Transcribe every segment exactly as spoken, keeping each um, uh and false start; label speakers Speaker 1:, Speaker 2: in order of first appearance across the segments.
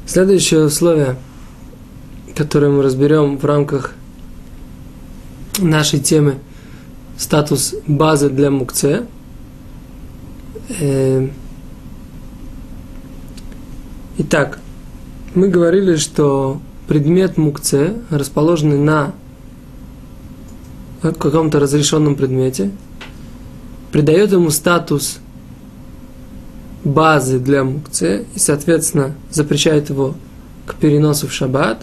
Speaker 1: Следующее условие, которое мы разберем в рамках нашей темы, статус базы для мукце. Итак, мы говорили, что предмет мукце, расположенный на каком-то разрешенном предмете, придает ему статус базы для мукце и, соответственно, запрещает его к переносу в шаббат.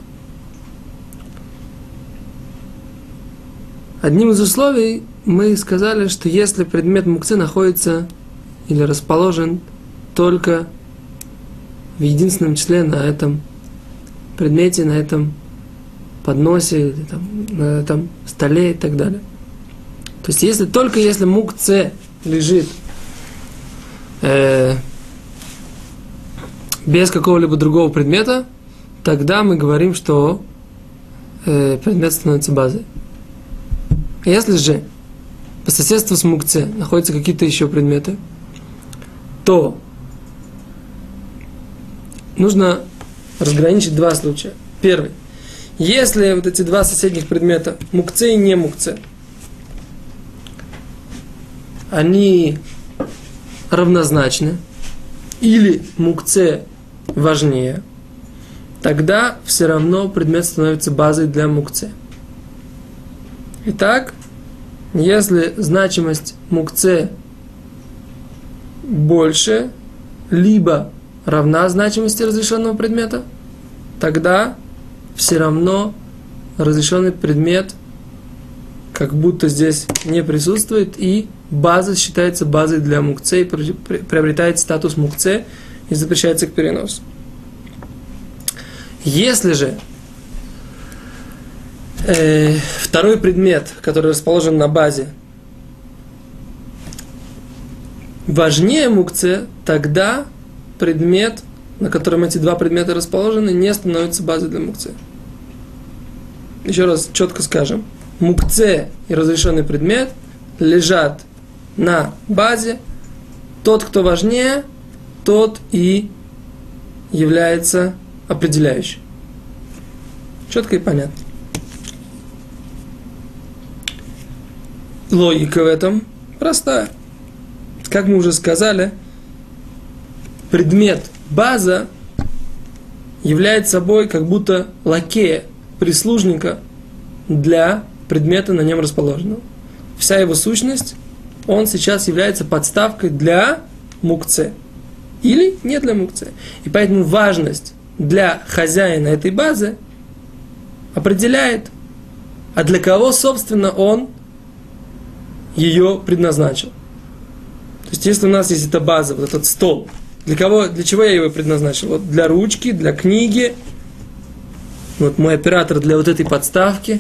Speaker 1: Одним из условий мы сказали, что если предмет мукце находится или расположен только в единственном числе на этом предмете, на этом подносе, или там, на этом столе и так далее. То есть, если только если мукце лежит э, без какого-либо другого предмета, тогда мы говорим, что э, предмет становится базой. Если же по соседству с мукце находятся какие-то еще предметы, то нужно разграничить два случая. Первый. Если вот эти два соседних предмета, мукце и не мукце, они равнозначны, или мукце важнее, тогда все равно предмет становится базой для мукце. Итак, если значимость мукце больше, либо равна значимости разрешенного предмета, тогда все равно разрешенный предмет как будто здесь не присутствует, и база считается базой для мукце, и приобретает статус мукце и запрещается к переносу. Если же э, второй предмет, который расположен на базе, важнее мукце, тогда предмет, на котором эти два предмета расположены, не становится базой для мукце. Еще раз четко скажем. Мукце и разрешенный предмет лежат на базе. Тот, кто важнее, тот и является определяющим. Четко и понятно. Логика в этом простая. Как мы уже сказали, предмет база является собой как будто лакея, прислужника для предмета, на нем расположенного. Вся его сущность, он сейчас является подставкой для мукце. Или не для мукце. И поэтому важность для хозяина этой базы определяет, а для кого, собственно, он ее предназначил. То есть, если у нас есть эта база, вот этот стол, для кого, для чего я его предназначил? Вот для ручки, для книги. Вот мой оператор для вот этой подставки.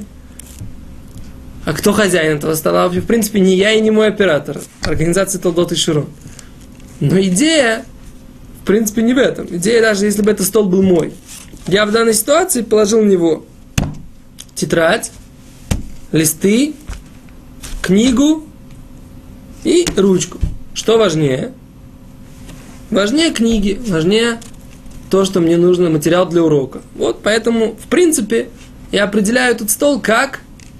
Speaker 1: А кто хозяин этого стола? В принципе, не я и не мой оператор. Организация Толдот и Широн. Но идея, в принципе, не в этом. Идея, даже если бы этот стол был мой. Я в данной ситуации положил на него тетрадь, листы, книгу и ручку. Что важнее? Важнее книги, важнее то, что мне нужно, материал для урока. Вот поэтому, в принципе, я определяю этот стол как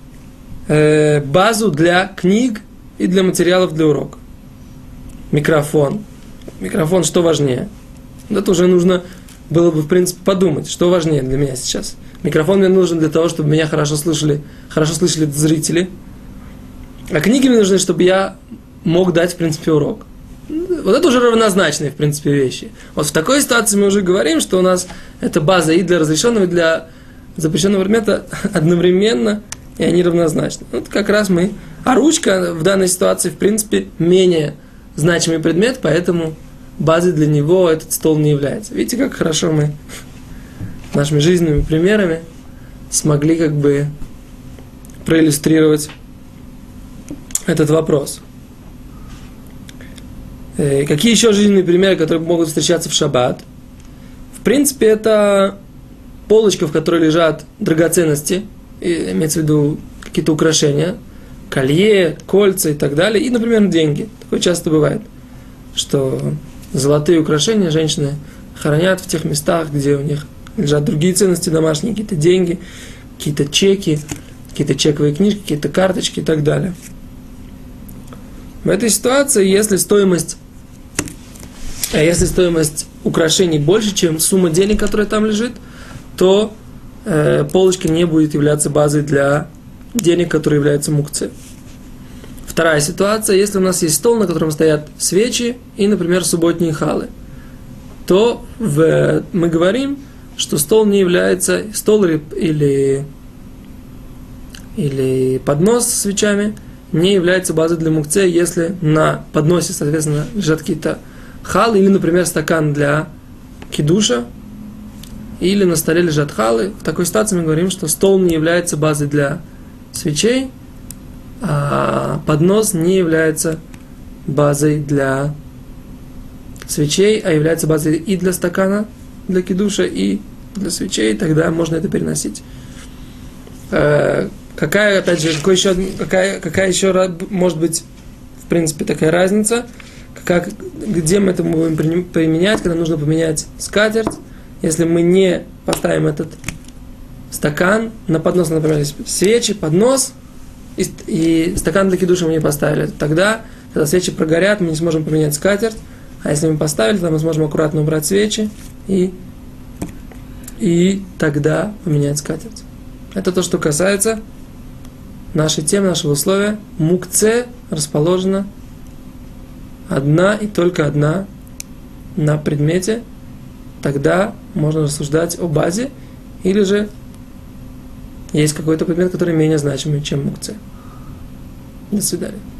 Speaker 1: э, базу для книг и для материалов для урока. Микрофон. Микрофон, что важнее? Это уже нужно было бы, в принципе, подумать, что важнее для меня сейчас. Микрофон мне нужен для того, чтобы меня хорошо слышали, хорошо слышали зрители. А книги мне нужны, чтобы я мог дать, в принципе, урок. Вот это уже равнозначные, в принципе, вещи. Вот в такой ситуации мы уже говорим, что у нас эта база и для разрешенного, и для запрещенного предмета одновременно, и они равнозначны. Вот как раз мы... А ручка в данной ситуации, в принципе, менее значимый предмет, поэтому базой для него этот стол не является. Видите, как хорошо мы нашими жизненными примерами смогли как бы проиллюстрировать этот вопрос. Какие еще жизненные примеры, которые могут встречаться в шаббат? В принципе, это полочка, в которой лежат драгоценности, имеется в виду какие-то украшения, колье, кольца и так далее, и, например, деньги. Такое часто бывает, что золотые украшения женщины хранят в тех местах, где у них лежат другие ценности домашние, какие-то деньги, какие-то чеки, какие-то чековые книжки, какие-то карточки и так далее. В этой ситуации, если стоимость, а если стоимость украшений больше, чем сумма денег, которая там лежит, то э, полочка не будет являться базой для денег, которые являются мукце. Вторая ситуация, если у нас есть стол, на котором стоят свечи и, например, субботние халы, то в, мы говорим, что стол не является, стол или, или, или поднос с свечами не является базой для мукце, если на подносе, соответственно, лежат какие-то халы, или, например, стакан для кидуша, или на столе лежат халы. В такой ситуации мы говорим, что стол не является базой для свечей, а поднос не является базой для свечей, а является базой и для стакана, для кидуша, и для свечей, тогда можно это переносить. Какая, опять же, какой еще, какая, какая еще может быть, в принципе, такая разница, как, где мы это будем применять, когда нужно поменять скатерть, если мы не поставим этот стакан на поднос, например, свечи, поднос, и, и стакан для кидуша мы не поставили, тогда, когда свечи прогорят, мы не сможем поменять скатерть, а если мы поставили, то мы сможем аккуратно убрать свечи и, и тогда поменять скатерть. Это то, что касается нашей темы, нашего условия. Мукце расположена одна и только одна на предмете. Тогда можно рассуждать о базе, или же есть какой-то предмет, который менее значимый, чем мукце. До свидания.